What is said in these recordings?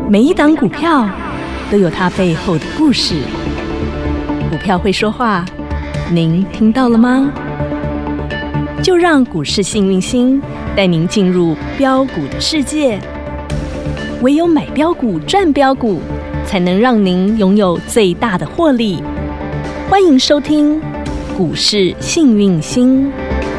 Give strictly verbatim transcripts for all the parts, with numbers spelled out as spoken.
每一档股票都有它背后的故事。股票会说话，您听到了吗？就让股市幸运星带您进入标股的世界。唯有买标股赚标股，才能让您拥有最大的获利。欢迎收听股市幸运星。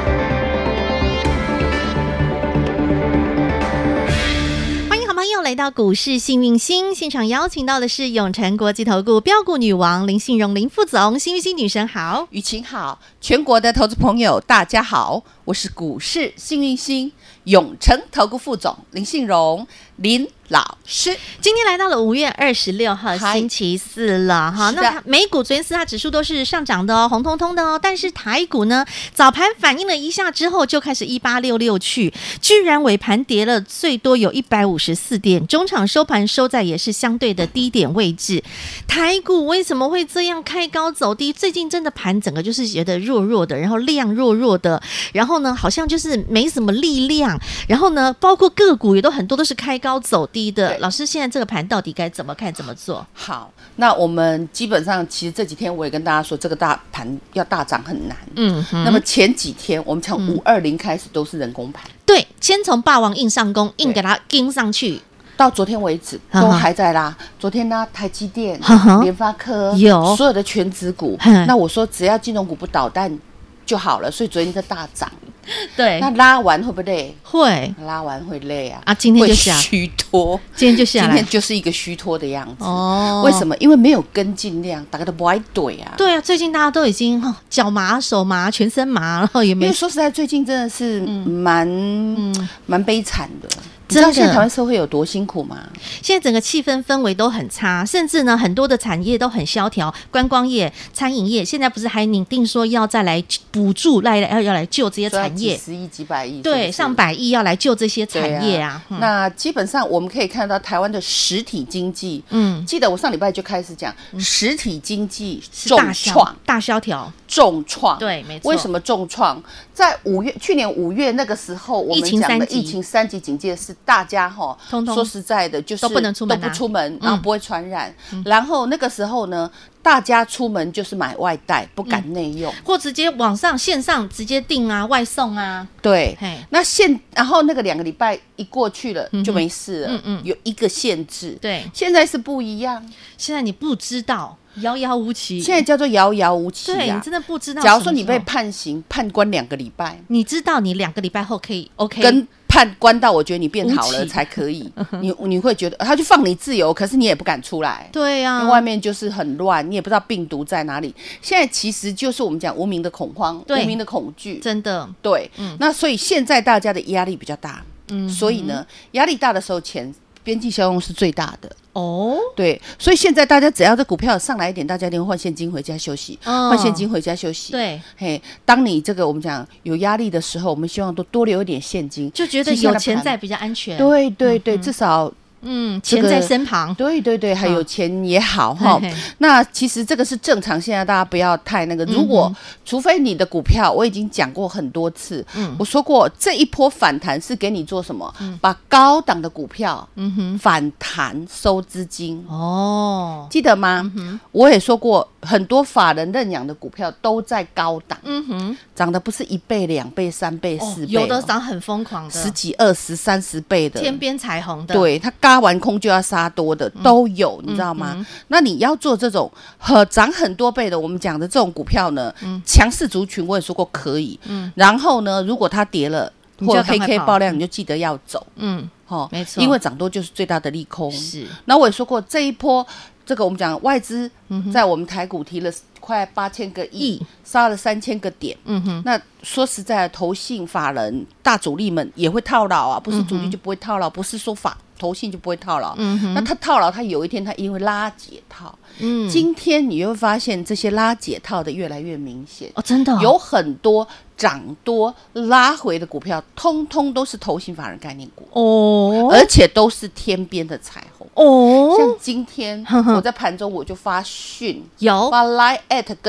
又来到股市幸运星现场，邀请到的是永诚国际投顾标股女王林信荣林副总。幸运星女神好， 雨晴好，全国的投资朋友大家好，我是股市幸运星永诚投顾副总林信荣林老师。 今天来到了五月二十六号星期四了哈，那美股昨天四大指数都是上涨的哦，红彤彤的哦，但是台股呢早盘反应了一下之后就开始一八六六去，居然尾盘跌了最多有一百五十四点，中场收盘收在也是相对的低点位置。台股为什么会这样开高走低？最近真的盘整个就是觉得弱弱的，然后量弱弱的，然后呢好像就是没什么力量，然后呢包括个股也都很多都是开高走低的。老师，现在这个盘到底该怎么看怎么做？ 好，那我们基本上其实这几天我也跟大家说，这个大盘要大涨很难。嗯，那么前几天我们从五二零开始都是人工盘、嗯， 对，先从霸王硬上攻，硬给它盯上去。 到昨天为止都还在拉，昨天呢，台积电、联发科有所有的全指股，那我说只要金融股不捣蛋就好了，所以昨天在大涨。 对， 那拉完会不会累？ 会， 拉完会累啊！ 啊，今天就下虚脱， 今天就下来， 今天就是一个虚脱的样子。 哦， 为什么？因为没有跟进量，大家都不爱对啊。 对啊，最近大家都已经脚麻、手麻、全身麻，然后也没。 因为说实在，最近真的是蛮蛮、嗯、悲惨的。你知道真的现在台湾社会有多辛苦吗？ 现在整个气氛氛围都很差，甚至呢很多的产业都很萧条，观光业、餐饮业，现在不是还拟定说要再来补助，来要要来救这些产业， 几十亿、几百亿， 对， 是是上百亿要来救这些产业啊。 啊嗯、那基本上我们可以看到台湾的实体经济，嗯，记得我上礼拜就开始讲，嗯、实体经济重创、 大萧条、 重创， 对，没错。 为什么重创？在五月，去年五月那个时候，我们讲的疫情三级警戒是大家哈，说实在的，就是都不能出门、啊， 都不出门，然后不会传染。嗯、然后那个时候呢，大家出门就是买外带，不敢内用，嗯、 或直接网上线上直接订啊，外送啊。 对，那现然后那个两个礼拜一过去了，嗯、就没事了。嗯嗯，有一个限制。 对， 现在是不一样。 现在你不知道。遥遥无期， 现在叫做遥遥无期、啊。 对，你真的不知道。 假如说你被判刑、判关两个礼拜， 你知道你两个礼拜后可以 OK， 跟判关到我觉得你变好了才可以。你你会觉得他就放你自由，可是你也不敢出来。 对呀、啊， 因为外面就是很乱，你也不知道病毒在哪里。现在其实就是我们讲无名的恐慌、无名的恐惧， 真的对。嗯、那所以现在大家的压力比较大，嗯，所以呢，压力大的时候，钱边际效用是最大的。哦，对，所以现在大家只要这股票上来一点，大家一定会换现金回家休息，换、哦、现金回家休息。 对， 嘿，当你这个我们讲有压力的时候，我们希望多多留一点现金， 就觉得有钱在比较安全。 对对对，嗯、至少。 嗯，钱在身旁， 对对对，还有钱也好哈、哦。那其实这个是正常，现在大家不要太那个。如果、嗯、除非你的股票，我已经讲过很多次，嗯，我说过这一波反弹是给你做什么？嗯、把高档的股票，嗯哼，反弹收资金哦，记得吗？嗯、我也说过，很多法人认养的股票都在高档，嗯哼，涨的不是一倍、两倍、三倍、四倍、哦， 有的涨很疯狂的， 十几、二十、三十倍的， 天边彩虹的， 对它高。杀完空就要杀多的都有，嗯、你知道吗？嗯、那你要做这种和涨很多倍的，我们讲的这种股票呢，嗯、强势族群我也说过可以。嗯、然后呢，如果它跌了或者黑 K 爆量，你就记得要走。嗯，哦，没错，因为涨多就是最大的利空。是。那我也说过这一波，这个我们讲外资在我们台股提了快八千个亿，杀了三千个点。嗯哼，那说实在的，投信法人大主力们也会套牢啊，不是主力就不会套牢，不是说法。投信就不会套牢，嗯、那他套牢，他有一天他因为拉解套，嗯，今天你会发现这些拉解套的越来越明显哦，真的、哦、 有很多涨多拉回的股票，通通都是投信法人概念股哦，而且都是天边的彩虹哦。像今天我在盘中我就发讯， 有发 Line at 跟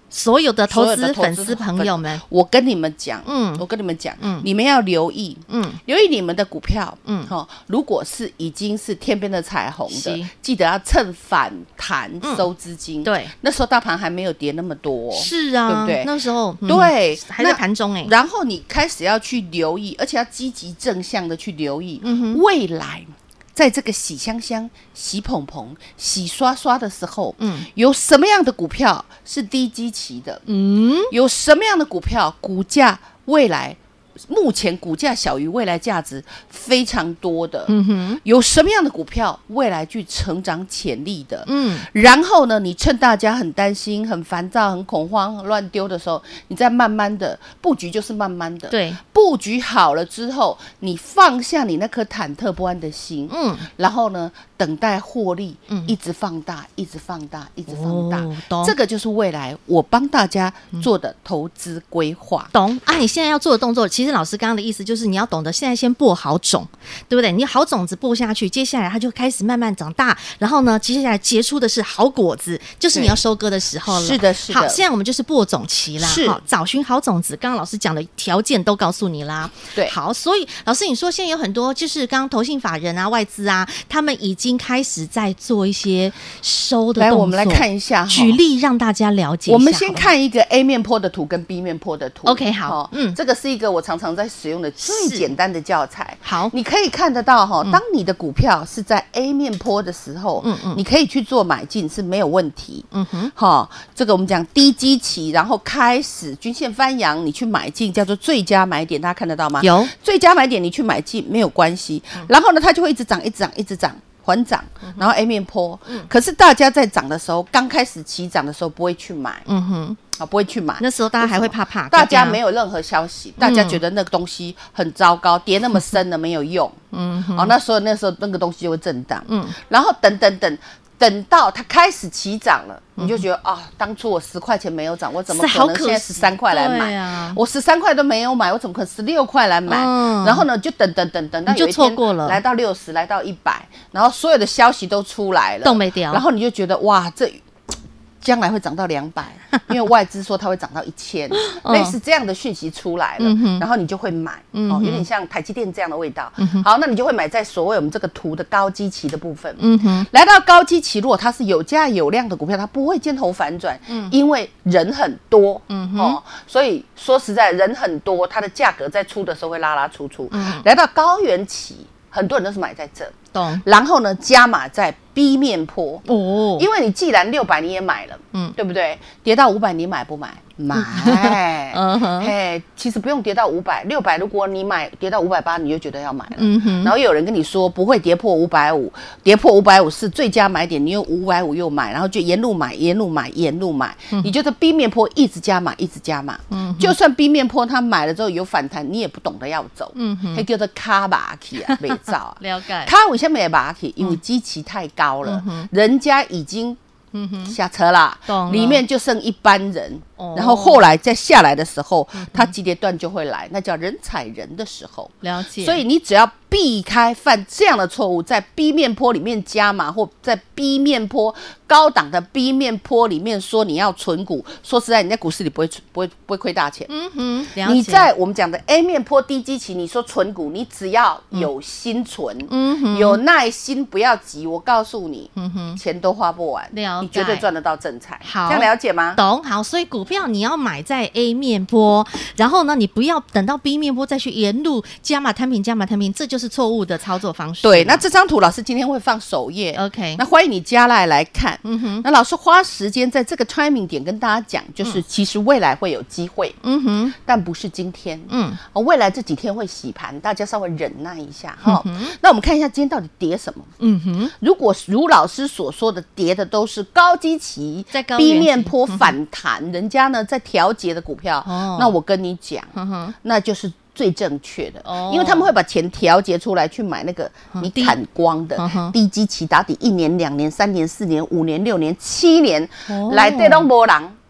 所有的投资粉丝朋友们， 我跟你们讲， 嗯， 我跟你们讲， 嗯， 你们要留意， 嗯， 留意你们的股票， 嗯， 哈、哦，如果是已经是天边的彩虹的，记得要趁反弹收资金、嗯。对，那时候大盘还没有跌那么多、哦， 是啊，对不对？那时候、 嗯、对还在盘中哎、欸， 然后你开始要去留意，而且要积极正向的去留意、嗯、未来。在这个喜香香、喜捧捧、喜刷刷的时候，嗯，有什么样的股票是低基期的？嗯，有什么样的股票股价未来目前股价小于未来价值非常多的？嗯哼，有什么样的股票未来具成长潜力的？嗯，然后呢，你趁大家很担心、很烦躁、很恐慌、乱丢的时候，你再慢慢的布局，就是慢慢的，对，布局好了之后，你放下你那颗忐忑不安的心，嗯，然后呢，等待获利，嗯，一直放大，一直放大，一直放大，哦、这个就是未来我帮大家做的投资规划。 懂啊？你现在要做的动作，其实老师刚刚的意思就是你要懂得现在先播好种，对不对？你好种子播下去，接下来它就开始慢慢长大，然后呢，接下来结出的是好果子，就是你要收割的时候了。 是的，是的。 好，现在我们就是播种期啦，好，找寻好种子。刚刚老师讲的条件都告诉你啦。对，好，所以老师你说现在有很多就是刚刚投信法人啊、外资啊，他们已经开始在做一些收的动作。来， 我们来看一下， 举例让大家了解一下。 我们先看一个 A 面波的图跟 B 面波的图。 OK， 好， 嗯，这个是一个我常常在使用的最简单的教材。好，你可以看得到哈，当你的股票是在 A 面波的时候，嗯嗯，你可以去做买进是没有问题。嗯哼，好，这个我们讲低基期，然后开始均线翻扬，你去买进叫做最佳买点，大家看得到吗？有最佳买点，你去买进没有关系。然后呢，它就会一直涨，一直涨，一直涨。缓涨，然后 A 面波、嗯，可是大家在涨的时候，刚开始起涨的时候不会去买，嗯哼，啊不会去买， 那时候大家还会怕怕， 大家没有任何消息，大家觉得那个东西很糟糕，跌那么深了没有用，嗯哼，哦那时候那时候那个东西就会震荡，嗯，然后等等等。等到它开始起涨了，你就觉得啊、哦，当初我十块钱没有涨，我怎么可能现在十三块来买？啊、我十三块都没有买，我怎么可能十六块来买？嗯、然后呢，就等等等等，到有一天来到六十，来到一百，然后所有的消息都出来了， 动没掉， 然后你就觉得哇，这将来会涨到两百，因为外资说它会涨到一千，类似这样的讯息出来了，嗯、然后你就会买，嗯、哦，有点像台积电这样的味道。嗯、好，那你就会买在所谓我们这个图的高基期的部分。嗯哼，来到高基期，如果它是有价有量的股票，它不会尖头反转，嗯、因为人很多，嗯哼，哦，所以说实在人很多，它的价格在出的时候会拉拉出出。嗯、来到高原期，很多人都是买在这，懂？然后呢，加码在 B 面波哦，因为你既然六百你也买了，嗯，对不对？跌到五百你买不买？买，嗯哼，嘿，其实不用跌到五百，六百如果你买跌到五百八，你就觉得要买了，嗯哼。然后又有人跟你说不会跌破五百五，跌破五百五是最佳买点，你用五百五又买，然后就沿路买，沿路买，沿路买，嗯、你觉得 B 面波一直加码，一直加码，嗯，就算 B 面波它买了之后有反弹，你也不懂得要走，嗯哼，那叫做卡巴去啊，没造啊， 了解。 卡为什么也巴去？因为基期太高了，嗯、人家已经。嗯哼，下车啦，里面就剩一般人，哦、然后后来再下来的时候，嗯、它急跌段就会来，那叫人踩人的时候。了解。所以你只要避开犯这样的错误，在 B 面波里面加码，或在 B 面波高档的 B 面波里面说你要存股，说实在，你在股市里不会不会不会亏大钱。嗯哼，了解。你在我们讲的 A 面波低基期，你说存股，你只要有心存，嗯哼，有耐心，不要急。我告诉你，嗯哼，钱都花不完。了解。你绝对赚得到正财，好，这样了解吗？ 懂，好，所以股票你要买在 A 面波，然后呢，你不要等到 B 面波再去沿路加码摊平、加码摊平，这就是错误的操作方式。 对，那这张图老师今天会放首页 ，OK， 那欢迎你加来来看。嗯哼，那老师花时间在这个 timing 点跟大家讲，就是其实未来会有机会，嗯哼，但不是今天，嗯，未来这几天会洗盘，大家稍微忍耐一下哈。嗯、那我们看一下今天到底跌什么？嗯哼，如果如老师所说的跌的都是高基期在 B 面波反弹，嗯、人家呢在调节的股票，哦、那我跟你讲，嗯、那就是最正确的，哦、因为他们会把钱调节出来去买那个你砍光的、嗯、低基期打底一年、两年、三年、四年、五年、六年、七年，哦、来对都没人。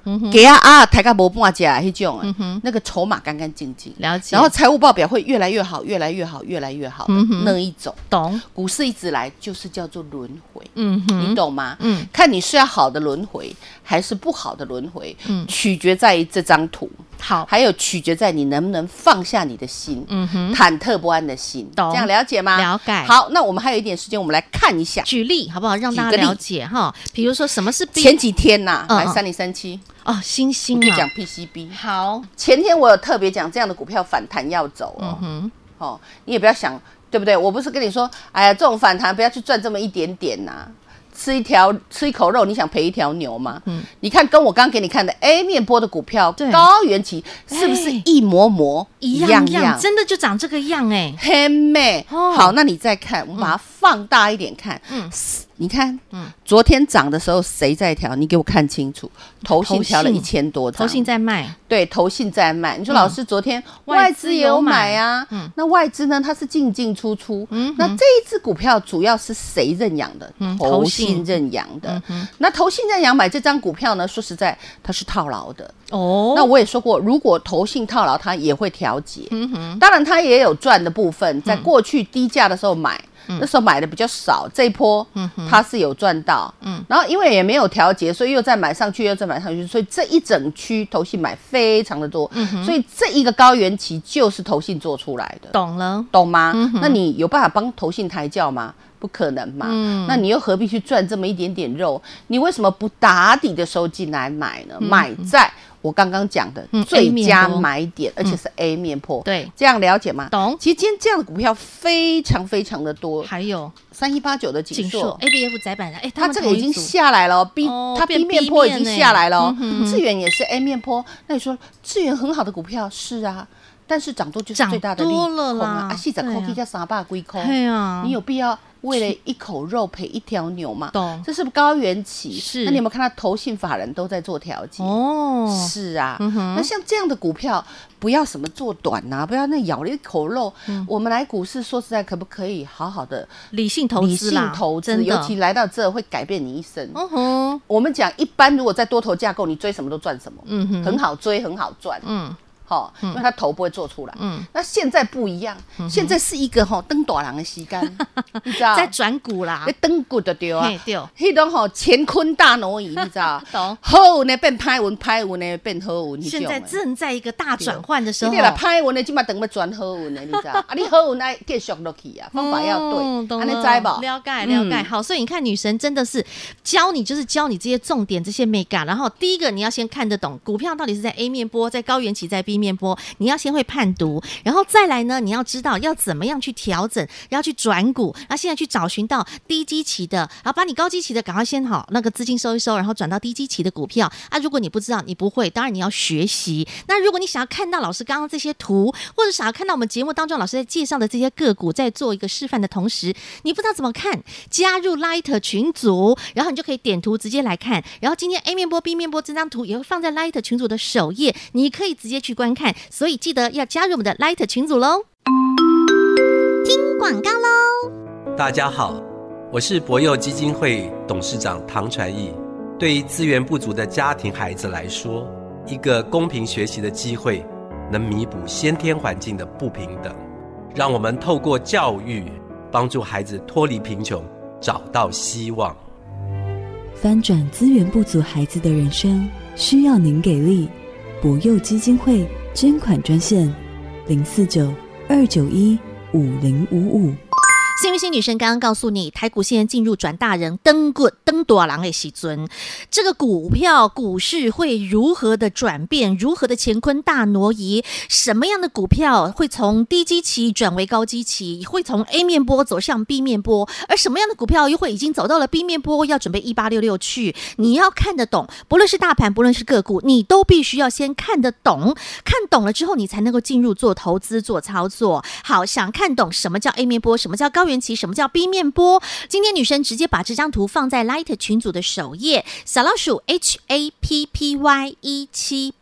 给啊啊抬个无半价那种、嗯，那个筹码干干净净， 了解。 然后财务报表会越来越好，越来越好，越来越好的、嗯、那一种， 懂？ 股市一直来就是叫做轮回， 嗯哼， 你懂吗？ 嗯， 看你是要好的轮回还是不好的轮回，嗯，取决在于这张图。 好， 还有取决在你能不能放下你的心，嗯哼，忐忑不安的心， 懂？ 这样了解吗？ 了解。 好，那我们还有一点时间，我们来看一下， 举例好不好？让大家了解哈。比如说什么是 B? 前几天呐、啊， 嗯、 来三零三七哦，星星就讲 P C B。 好， 前天我有特别讲这样的股票反弹要走哦，嗯哼，哦，你也不要想，对不对？我不是跟你说，哎呀，这种反弹不要去赚这么一点点呐、啊。吃一条吃一口肉，你想赔一条牛吗？嗯，你看跟我刚给你看的 A 面波的股票，高原期是不是一模模一样样？真的就长这个样哎、欸， 很美、哦。好，那你再看，我们把它放大一点看。嗯，你看，嗯，昨天涨的时候谁在调？你给我看清楚，投信调了一千多张， 投信在卖， 对，投信在卖。你说老师，昨天外资也有买啊？嗯，那外资呢？它是进进出出。嗯，那这一只股票主要是谁认养的？嗯，投信。信认养的、嗯，那投信认养买这张股票呢？说实在，它是套牢的哦。那我也说过，如果投信套牢，它也会调节。嗯哼，当然它也有赚的部分，在过去低价的时候买，嗯、那时候买的比较少，这一波它是有赚到。嗯，然后因为也没有调节，所以又再买上去，又再买上去，所以这一整区投信买非常的多。嗯、所以这一个高原期就是投信做出来的。 懂了， 懂吗？嗯、那你有办法帮投信抬轿吗？不可能嘛、嗯，那你又何必去赚这么一点点肉？你为什么不打底的时候进来买呢？嗯、买在我刚刚讲的最佳买点、嗯，而且是 A 面波、嗯， 对， 这样了解吗？ 懂。 其实今天这样的股票非常非常的多， 还有三一八九的景硕 A B F 载板的，哎， 它这个已经下来了 ，B、哦、它 B 面波已经下来了，智原、嗯、也是 A 面波。那你说智原很好的股票是啊。但是涨多就是最大的利空啊！啊，四十块 K 加三百几块，对啊，你有必要为了一口肉赔一条牛吗？懂，这是不是高原期？是。那你有没有看到投信法人都在做调节？哦，是啊。嗯、那像这样的股票，不要什么做短呐、啊，不要那咬了一口肉。嗯、我们来股市，说实在，可不可以好好的理性投资？理性投资，尤其来到这会改变你一生。嗯哼，我们讲一般，如果在多头架构，你追什么都赚什么。嗯哼，很好追，很好赚。嗯。好、哦，因为它头不会做出来。嗯，那现在不一样，嗯、现在是一个吼登大人的时间，你知道？ 在转股啦， 在登股的对啊， 对， 迄种吼乾坤大挪移，你知道？ 懂。 好运呢变歹运，歹运呢变好运， 现在正在一个大转换的时候。 对啦，歹运呢今嘛等要转好运呢，你知道？啊，你好运爱继续落去啊，方法要对，安尼知不？ 了解了解、嗯。好，所以你看女神真的是教你，就是教你这些重点，这些美感。然后第一个你要先看得懂股票到底是在 A 面波，在高原期，在 B 面波，你要先会判读，然后再来呢，你要知道要怎么样去调整，要去转股，然后现在去找寻到低基期的，然后把你高基期的赶快先好那个资金收一收，然后转到低基期的股票啊。如果你不知道，你不会，当然你要学习。那如果你想要看到老师刚刚这些图，或者想要看到我们节目当中老师在介绍的这些个股，在做一个示范的同时，你不知道怎么看，加入 Light 群组，然后你就可以点图直接来看。然后今天 A 面波 B 面波这张图也会放在 Light 群组的首页，你可以直接去观看。所以记得要加入我们的 Light 群组咯。听广告咯。 大家好，我是博幼基金会董事长唐传义。对于资源不足的家庭孩子来说，一个公平学习的机会能弥补先天环境的不平等。让我们透过教育帮助孩子脱离贫穷，找到希望。 翻转资源不足孩子的人生，需要您给力。博幼基金会捐款专线零四九二九一五零五五。 幸运星女神刚刚告诉你，台股现在进入转大人登股登大人的时阵，这个股票股市会如何的转变，如何的乾坤大挪移？什么样的股票会从低基期转为高基期，会从 A 面波走向 B 面波？而什么样的股票又会已经走到了 B 面波，要准备一八六六去？你要看得懂，不论是大盘，不论是个股，你都必须要先看得懂。看懂了之后，你才能够进入做投资、做操作。好，想看懂什么叫 A 面波，什么叫高原期，什么叫 B 面波？今天女生直接把这张图放在 Light 群组的首页，小老鼠 H A P P Y 一七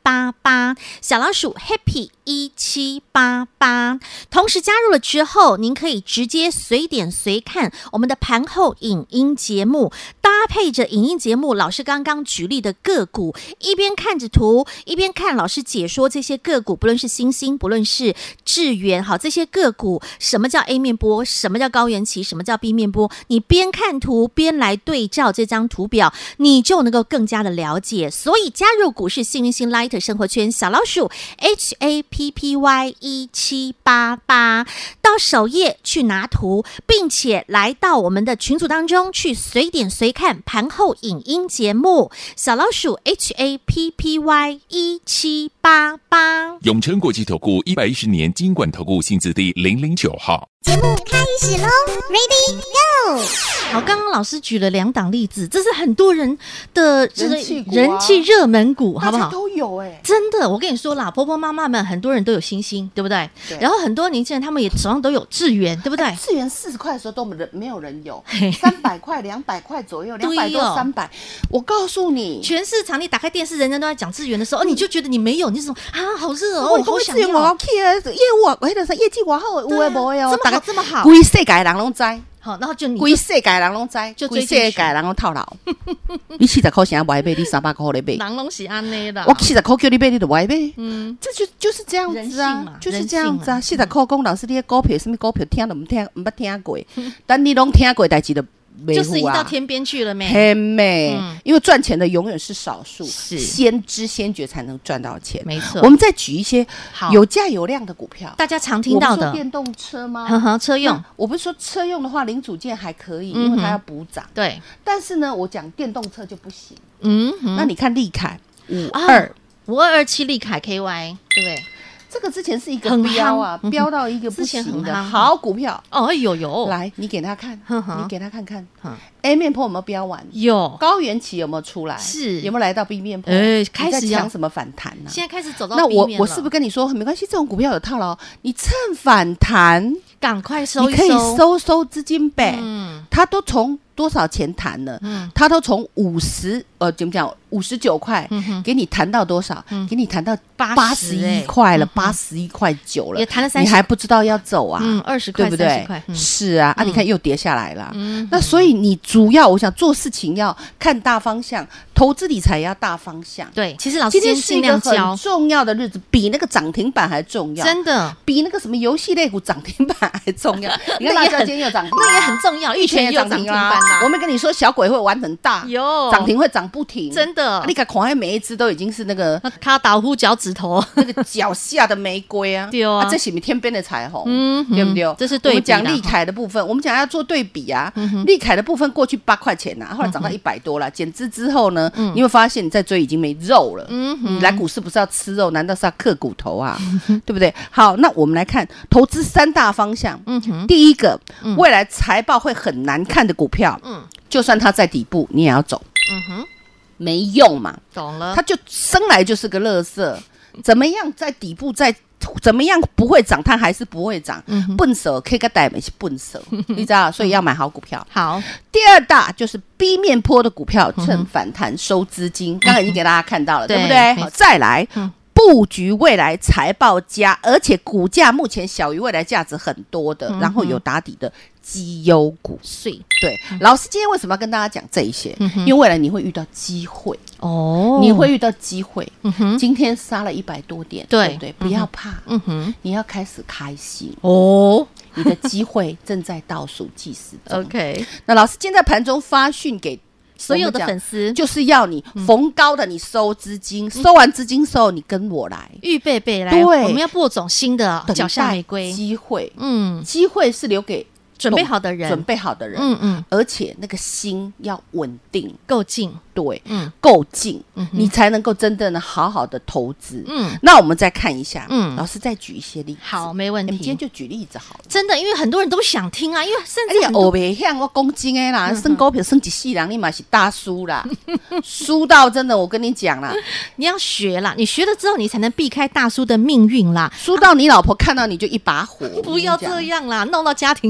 八八，小老鼠 Happy 一七八八。同时加入了之后，您可以直接随点随看我们的盘后影音节目，搭配着影音节目老师刚刚举例的个股，一边看着图，一边看老师解说这些个股，不论是新兴，不论是智原，好，这些个股什么叫 A 面波，什么叫高原期，什么叫 B 面波，你边看图边来对照这张图表，你就能够更加的了解。所以加入股市幸运星 Light 生活圈，小老鼠 H A P P Y 一七八八，到首页去拿图，并且来到我们的群组当中去随点随看盘后影音节目，小老鼠 H A P P Y 一七八八。 永诚国际投顾一百一十年金管投顾新字第零零九号。 节目开始喽 ，Ready Go！ 好，刚刚老师举了两档例子，这是很多人的这个人气股啊人气热门股，好不好？ 大家都有哎、欸， 真的，我跟你说啦，婆婆妈妈们很多人都有星星，对不对？ 对然后很多年轻人他们也手上都有智原，对不对？ 资源四十块的时候都没人没有人有嘿， 三百块、两百块左右，两百对哦多、三百。我告诉你， 全市场你打开电视，人人都在讲智原的时候，哦，你就觉得你没有，你就说啊，好热哦， 我我好想资源我要。 去啊，业务啊，我迄个是业绩我好，有对啊诶无诶哦， 这么好这么好规世界的人拢知， 好，然后就你规就世界的人拢知， 就规追进去世界的人拢套牢。你四十块钱买买，你三百块来买。 人拢是安内的。 我四十块叫你买，你就买买。 嗯， 这就就是这样子人性啊嘛， 就是这样子啊。 人性四十块讲老师，你的股票什么股票听都唔听，唔捌听过，但你拢听过，代志就袂就是已经有啊。 到天边去了没？ 很美， 嗯因为赚钱的永远是少数， 是先知先觉才能赚到钱。 没错我们再举一些好有价有量的股票， 大家常听到我不是说的， 电动车吗？ 呵呵，车用那我不是说车用的话，零组件还可以， 嗯哼因为它要补涨。 对， 但是呢，我讲电动车就不行。 嗯哼， 那你看利凯五啊二， 五二二七利凯 K Y， 对不对？ 这个之前是一个很标啊， 夯嗯哼标到一个不之前行的很夯好股票。 哦，哎呦呦， 来，你给他看呵呵， 你给他看看哼 ，A 面坡有没有标完？ 有， 高原期有没有出来？ 是有没有来到 B 面坡？ 哎你在开始要抢什么反弹呢？ 现在开始走到那 B 面了我我是不是跟你说没关系？这种股票有套牢，你趁反弹， 赶快收你可以一收？ 收收资金呗。 嗯它都从多少钱谈了？ 嗯它都从五十呃怎么讲？五十九块嗯哼给你谈到多少？ 嗯给你谈到八八十一块了，八十一块九了， 也谈了三你十， 还不知道要走啊？ 嗯，二十块， 对不对三十块？嗯是啊，啊， 嗯你看又跌下来了。 嗯那所以你主要，我想做事情要看大方向，投资理财也要大方向。 对，其实老师今天今天尽是一个很量教， 重要的日子，比那个涨停板还重要， 真的， 比那个什么游戏类股涨停板还重要。你看辣椒今天又涨停啊， 那也很重要，玉泉也有涨停板啦， 我没跟你说小鬼会玩很大， 有涨停会涨不停， 真的啊你看，狂每一只都已经是那个那卡打呼脚趾头， 那个脚下的玫瑰啊， 对啊这是不是天边的彩虹？ 嗯对不对？ 这是对比我们讲啦利凯的部分，我们讲要做对比啊。利凯的部分过去八块钱呐，后来涨到一百多了，减资之后呢，你会发现你在追已经没肉了。 嗯你来股市不是要吃肉，难道是要嗑骨头啊？对不对？好，那我们来看投资三大方向。 嗯哼， 第一个，未来财报会很难看的股票， 嗯就算它在底部，你也要走， 嗯哼， 没用嘛。 懂了它，就生来就是个垃圾，怎么样在底部在怎么样不会涨，它还是不会涨。笨手 K 个代没是笨手，你知道，所以要买好股票。 好， 第二大就是 B 面坡的股票，趁反弹收资金，刚刚已经给大家看到了， 对对不对？ 没好，再来嗯。 布局未来财报佳，而且股价目前小于未来价值很多的，然后有打底的绩优股。 碎对，老师今天为什么要跟大家讲这一些？因为未来你会遇到机会， 哦你会遇到机会。 嗯哼， 今天杀了一百多点， 对对不对？不要怕， 嗯哼， 你要开始开心， 哦你的机会正在倒数计时中。 ，OK， 那老师今天在盘中发讯给所有的我们讲粉丝就是要你逢高的你收资金，收完资金之后你跟我来， 预备备来， 对我们要播种新的等脚下待玫瑰， 机会， 嗯， 机会是留给准备好的人， 准备好的人， 嗯嗯， 而且那个心要稳定， 够劲， 对， 嗯够劲嗯，哼你才能够真正的好好的投资。 嗯， 那我们再看一下， 嗯老师再举一些例子。 好，没问我们今天题。 就举例子好了。 真的，因为很多人都想听啊，因为甚哎呀， 至很多我别像我公斤的嗯啦，升股票升一世人，你嘛是大输啦，输到真的，我跟你讲啦， 你要学啦，你学了之后，你才能避开大叔的命运啦。 输到你老婆看到你就一把火。 不要我跟你讲这样啦，弄到家庭失和，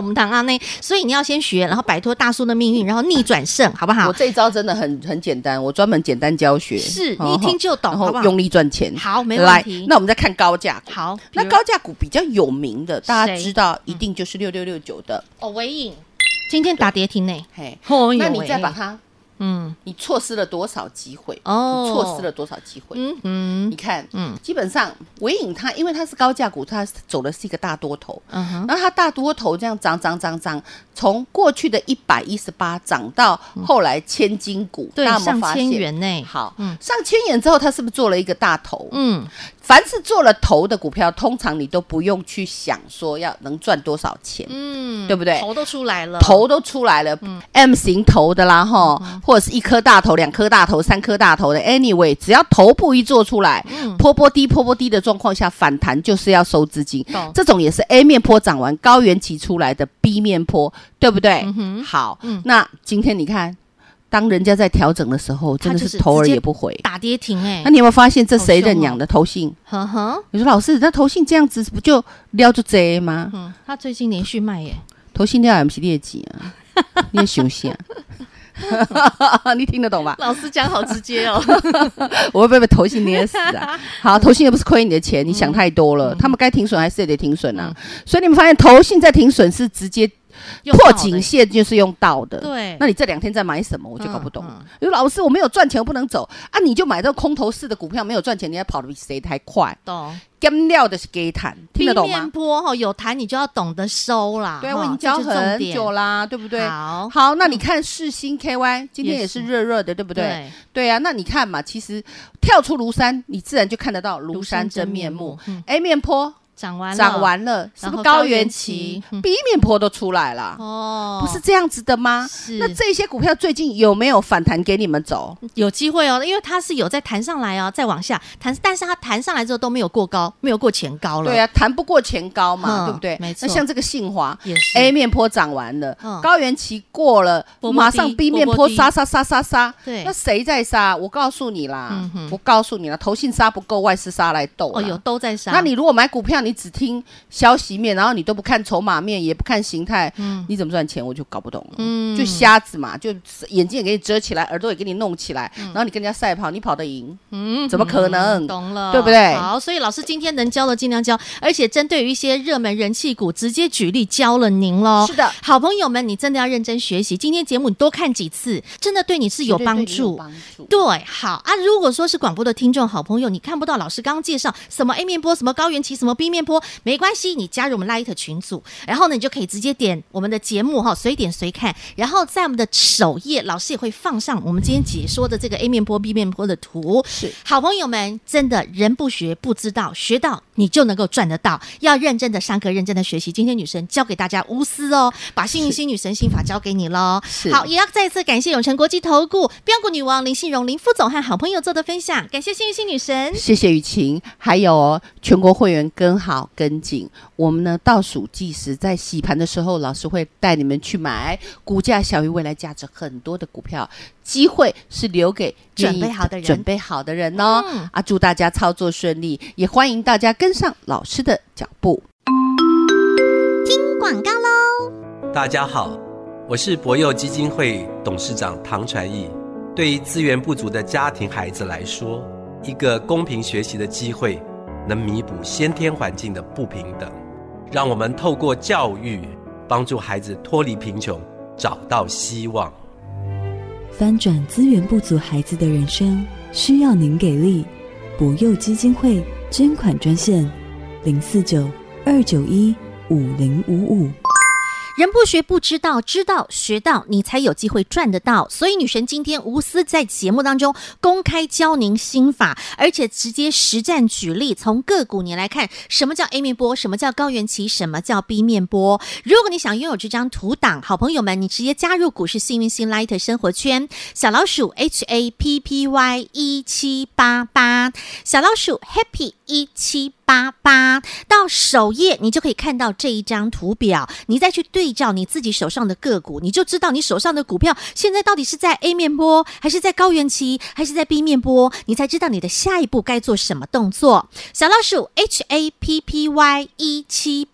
我们堂阿内，所以你要先学，然后摆脱大叔的命运，然后逆转胜，好不好？ 我这一招真的很很简单，我专门简单教学， 是你一听就懂， 然好不好？ 后用力赚钱。 好，没问题。 那我们再看高价股。 好， 那高价股比较有名的，大家知道一定就是六六六九的哦，微影今天打跌停呢。 嘿， 哦， 那你再把它。 嗯， 你错失了多少机会？ 哦， 你错失了多少机会？ 嗯嗯， 你看， 嗯， 基本上微影它因为它是高价股，它走的是一个大多头， 嗯哼， 然后它大多头这样涨涨涨涨，从过去的一百一十八涨到后来千金股， 对， 大家有没有发现？ 上千元呢。 好，嗯，上千元之后，它是不是做了一个大头？ 嗯， 凡是做了头的股票，通常你都不用去想说要能赚多少钱，嗯，对不对？ 头都出来了， 头都出来了，嗯 M 型头的啦，哈、嗯，或者是一颗大头、两颗大头、三颗大头的 ，anyway， 只要头部一做出来，嗯，波波低、波波低的状况下反弹，就是要收资金，这种也是 A 面波涨完高原期出来的 B 面波，对不对？嗯、好、嗯，那今天你看。当人家在调整的时候，真的是头儿也不回， 打跌停哎、欸。 那你有没有发现这谁认养的投信？ 呵呵， 你说老师，那投信这样子不就撩就贼吗？ 嗯，他最近连续卖耶， 投信撩也不是劣迹啊，你也熊线。你听得懂吧？ 老师讲好直接哦， 我会不会被投信捏死啊？好，投信又不是亏你的钱，你想太多了。嗯、他们该停损还是得停损啊、嗯。所以你们发现投信在停损是直接。破颈线就是用到的， 对。 那你这两天在买什么，我就搞不懂。因为、嗯嗯、老师我没有赚钱，我不能走啊！你就买这个空头式的股票，没有赚钱，你还跑得比谁还快？ 懂。 跟料的是给谈，听得懂吗？ 面波哈有谈，你就要懂得收啦。 对，我已经教很久啦，对不对？ 好， 好，那你看世新 K Y 今天也是热热的，对不对？对，对啊。那你看嘛，其实跳出庐山，你自然就看得到庐山真面目。嗯、A 面波。 涨完了， 涨完了，是不是高原期、嗯、B 面波都出来了？哦，不是这样子的吗？是。那这些股票最近有没有反弹给你们走？ 有机会哦，因为它是有在弹上来哦，再往下弹，但是它弹上来之后都没有过高，没有过前高了。 对啊，弹不过前高嘛，嗯、对不对？ 没错。 那像这个信华也是 A 面波涨完了，嗯、高原期过了，波波马上 B 面波杀杀杀杀杀。对。那谁在杀？我告诉你啦，嗯、我告诉你啦，投信杀不够，外资杀来斗。 哦，有都在杀。 那你如果买股票，你只听消息面，然后你都不看筹码面，也不看形态，嗯，你怎么赚钱？我就搞不懂了，嗯，就瞎子嘛，就眼睛也给你遮起来，耳朵也给你弄起来，嗯、然后你跟人家赛跑，你跑得赢，嗯，怎么可能？ 嗯、懂了， 对不对？ 好，所以老师今天能教的尽量教，而且针对于一些热门人气股，直接举例教了您喽。 是的， 好朋友们，你真的要认真学习，今天节目你多看几次，真的对你是有帮助。对, 对，好啊。如果说是广播的听众好朋友，你看不到老师刚刚介绍什么 A 面波，什么高原期，什么 B 面波，没关系。你加入我们 Light 群组，然后呢，你就可以直接点我们的节目哈，随点随看，然后在我们的首页，老师也会放上我们今天解说的这个 A 面波、B 面波的图。 是， 好朋友们，真的人不学不知道，学到你就能够赚得到，要认真的上课，认真的学习。今天女神教给大家无私哦，把幸运星女神心法教给你喽。好，也要再次感谢永诚国际投顾标股女王林信荣林副总和好朋友做的分享，感谢幸运星女神， 谢谢雨晴，还有、哦、全国会员跟好跟紧。我们呢倒数计时，在洗盘的时候，老师会带你们去买股价小于未来价值很多的股票，机会是留给准备好的人， 准备好的人哦。嗯、啊，祝大家操作顺利，也欢迎大家跟上老师的脚步。 听广告喽！ 大家好，我是博幼基金会董事长唐传义。对于资源不足的家庭孩子来说，一个公平学习的机会，能弥补先天环境的不平等。让我们透过教育，帮助孩子脱离贫穷，找到希望。 翻转资源不足孩子的人生，需要您给力。博幼基金会捐款专线：零四九二九一五零五五。 人不学不知道，知道学到，你才有机会赚得到。所以女神今天无私在节目当中公开教您心法，而且直接实战举例，从个股你来看什么叫 A 面波，什么叫高原期，什么叫 B 面波。如果你想拥有这张图档，好朋友们，你直接加入股市幸运星 Light 生活圈，小老鼠 H A P P Y 一七八八，小老鼠 Happy 一七八八，到首页你就可以看到这一张图表，你再去对照你自己手上的个股，你就知道你手上的股票现在到底是在 A 面波，还是在高原期，还是在 B 面波，你才知道你的下一步该做什么动作。小老鼠 H A P P Y 一七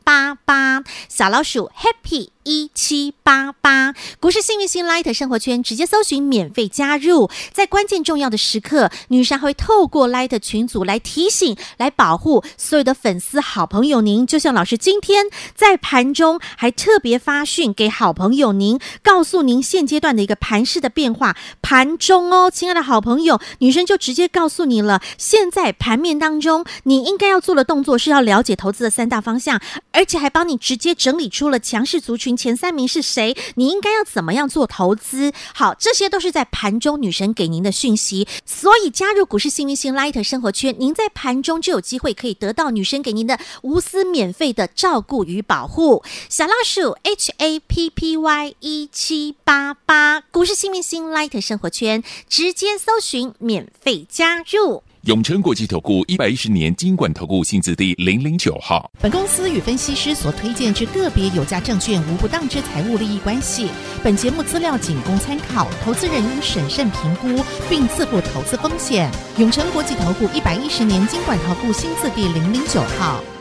八八，小老鼠 Happy 一七八八，股市幸运星 Light 生活圈直接搜寻免费加入，在关键重要的时刻，女神还会透过 Light 群组来提醒、来保护所有的粉丝好朋友您。就像老师今天在盘中还特别发讯给好朋友您，告诉您现阶段的一个盘势的变化。盘中哦，亲爱的好朋友，女神就直接告诉你了，现在盘面当中你应该要做的动作是要了解投资的三大方向，而且还帮你直接整理出了强势族群前三名是谁，你应该要怎么样做投资。好，这些都是在盘中女神给您的讯息，所以加入股市幸运星 Light 生活圈，您在盘中就有机会可以得到女神给您的无私免费的照顾与保护。小老鼠 H A P P Y 一七八八，股市幸运星 Light 生活圈直接搜寻免费加入。 永诚国际投顾一百一十年金管投顾新字第零零九号。 本公司与分析师所推荐之个别有价证券无不当之财务利益关系。本节目资料仅供参考，投资人应审慎评估并自负投资风险。永诚国际投顾一百一十年金管投顾新字第零零九号。